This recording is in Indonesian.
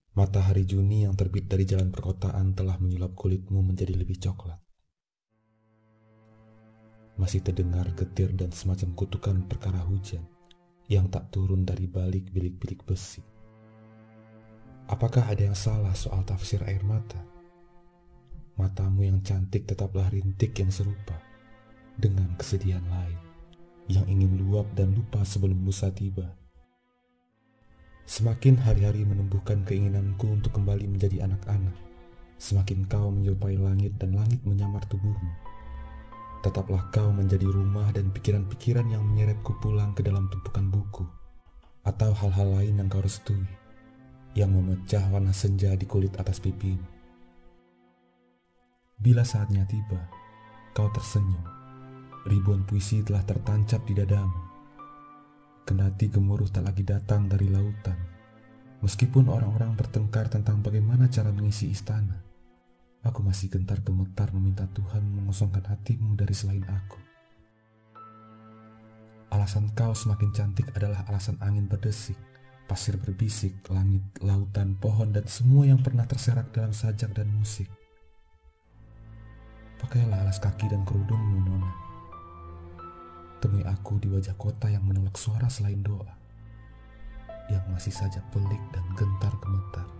Matahari Juni yang terbit dari jalan perkotaan telah menyulap kulitmu menjadi lebih coklat. Masih terdengar getir dan semacam kutukan perkara hujan yang tak turun dari balik bilik-bilik besi. Apakah ada yang salah soal tafsir air mata? Matamu yang cantik tetaplah rintik yang serupa dengan kesedihan lain yang ingin luap dan lupa sebelum lusa tiba. Semakin hari-hari menumbuhkan keinginanku untuk kembali menjadi anak-anak, semakin kau menyerupai langit dan langit menyamar tubuhmu. Tetaplah kau menjadi rumah dan pikiran-pikiran yang menyeretku pulang ke dalam tumpukan buku atau hal-hal lain yang kau restui, yang memecah warna senja di kulit atas pipimu. Bila saatnya tiba, kau tersenyum. Ribuan puisi telah tertancap di dadamu. Kendati gemuruh tak lagi datang dari lautan, meskipun orang-orang bertengkar tentang bagaimana cara mengisi istana, aku masih gentar gemetar meminta Tuhan mengosongkan hatimu dari selain aku. Alasan kau semakin cantik adalah alasan angin berdesik, pasir berbisik, langit, lautan, pohon, dan semua yang pernah terserak dalam sajak dan musik. Pakailah alas kaki dan kerudungmu, Nona. Temui aku di wajah kota yang menolak suara selain doa, yang masih saja pelik dan gentar gemetar.